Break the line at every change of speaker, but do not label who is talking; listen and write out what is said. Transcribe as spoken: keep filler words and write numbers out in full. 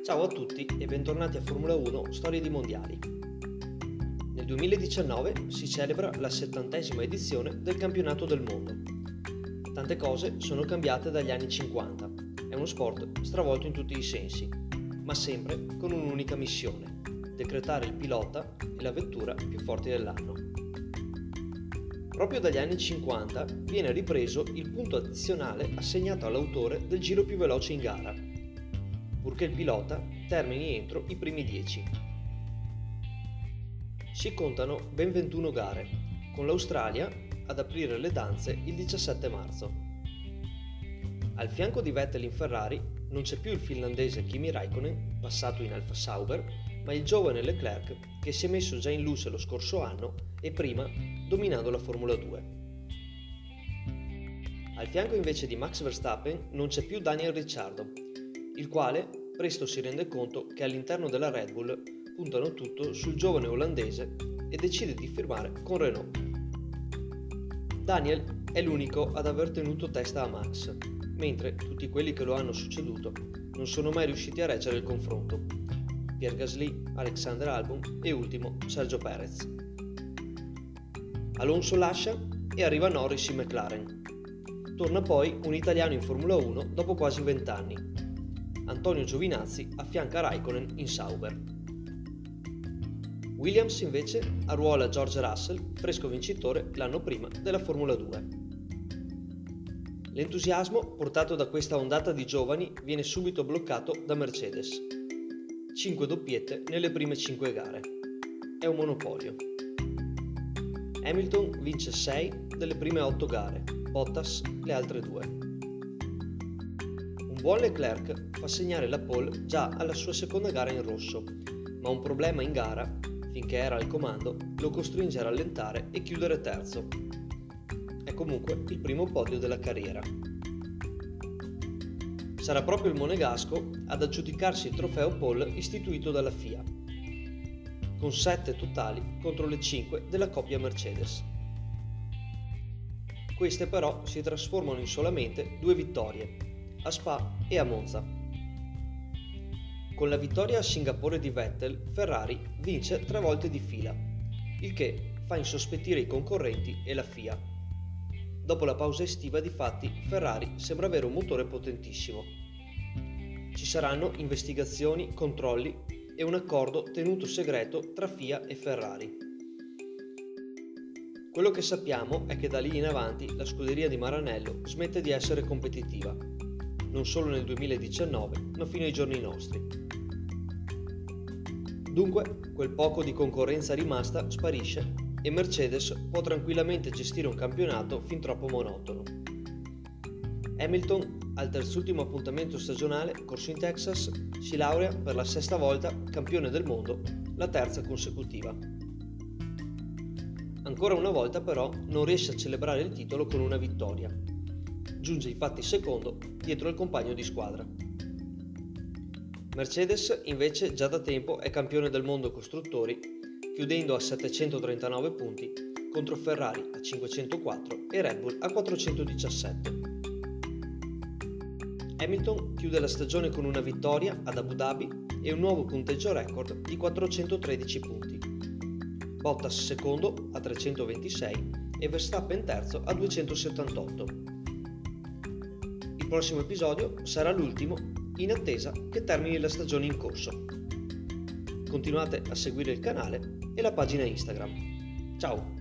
Ciao a tutti e bentornati a Formula uno Storie di Mondiali. Nel duemiladiciannove si celebra la settantesima edizione del Campionato del Mondo. Tante cose sono cambiate dagli anni cinquanta. È uno sport stravolto in tutti i sensi, ma sempre con un'unica missione: decretare il pilota e la vettura più forti dell'anno. Proprio dagli anni cinquanta viene ripreso il punto addizionale assegnato all'autore del giro più veloce in gara, purché il pilota termini entro i primi dieci. Si contano ben ventuno gare, con l'Australia ad aprire le danze il diciassette marzo. Al fianco di Vettel in Ferrari non c'è più il finlandese Kimi Räikkönen, passato in Alfa Sauber, ma il giovane Leclerc che si è messo già in luce lo scorso anno e prima dominando la Formula due. Al fianco invece di Max Verstappen non c'è più Daniel Ricciardo, il quale presto si rende conto che all'interno della Red Bull puntano tutto sul giovane olandese e decide di firmare con Renault. Daniel è l'unico ad aver tenuto testa a Max, mentre tutti quelli che lo hanno succeduto non sono mai riusciti a reggere il confronto: Pierre Gasly, Alexander Albon e ultimo Sergio Perez. Alonso lascia e arriva Norris in McLaren. Torna poi un italiano in Formula uno dopo quasi vent'anni. Antonio Giovinazzi affianca Räikkönen in Sauber. Williams invece arruola George Russell, fresco vincitore l'anno prima della Formula due. L'entusiasmo portato da questa ondata di giovani viene subito bloccato da Mercedes. cinque doppiette nelle prime cinque gare. È un monopolio. Hamilton vince sei delle prime otto gare, Bottas le altre due. Un buon Leclerc fa segnare la pole già alla sua seconda gara in rosso, ma un problema in gara, finché era al comando, lo costringe a rallentare e chiudere terzo. È comunque il primo podio della carriera. Sarà proprio il monegasco ad aggiudicarsi il trofeo pole istituito dalla F I A, con sette totali contro le cinque della coppia Mercedes. Queste però si trasformano in solamente due vittorie, a Spa e a Monza. Con la vittoria a Singapore di Vettel, Ferrari vince tre volte di fila, il che fa insospettire i concorrenti e la F I A. Dopo la pausa estiva, difatti, Ferrari sembra avere un motore potentissimo. Ci saranno investigazioni, controlli e un accordo tenuto segreto tra F I A e Ferrari. Quello che sappiamo è che da lì in avanti la scuderia di Maranello smette di essere competitiva, non solo nel duemiladiciannove, ma fino ai giorni nostri. Dunque, quel poco di concorrenza rimasta sparisce e Mercedes può tranquillamente gestire un campionato fin troppo monotono. Hamilton, al terzultimo appuntamento stagionale corso in Texas, si laurea per la sesta volta campione del mondo, la terza consecutiva. Ancora una volta però non riesce a celebrare il titolo con una vittoria. Giunge infatti secondo dietro il compagno di squadra. Mercedes invece già da tempo è campione del mondo costruttori, chiudendo a settecentotrentanove punti contro Ferrari a cinquecentoquattro e Red Bull a quattrocentodiciassette. Hamilton chiude la stagione con una vittoria ad Abu Dhabi e un nuovo punteggio record di quattrocentotredici punti. Bottas secondo a trecentoventisei e Verstappen terzo a duecentosettantotto. Il prossimo episodio sarà l'ultimo, in attesa che termini la stagione in corso. Continuate a seguire il canale e la pagina Instagram. Ciao!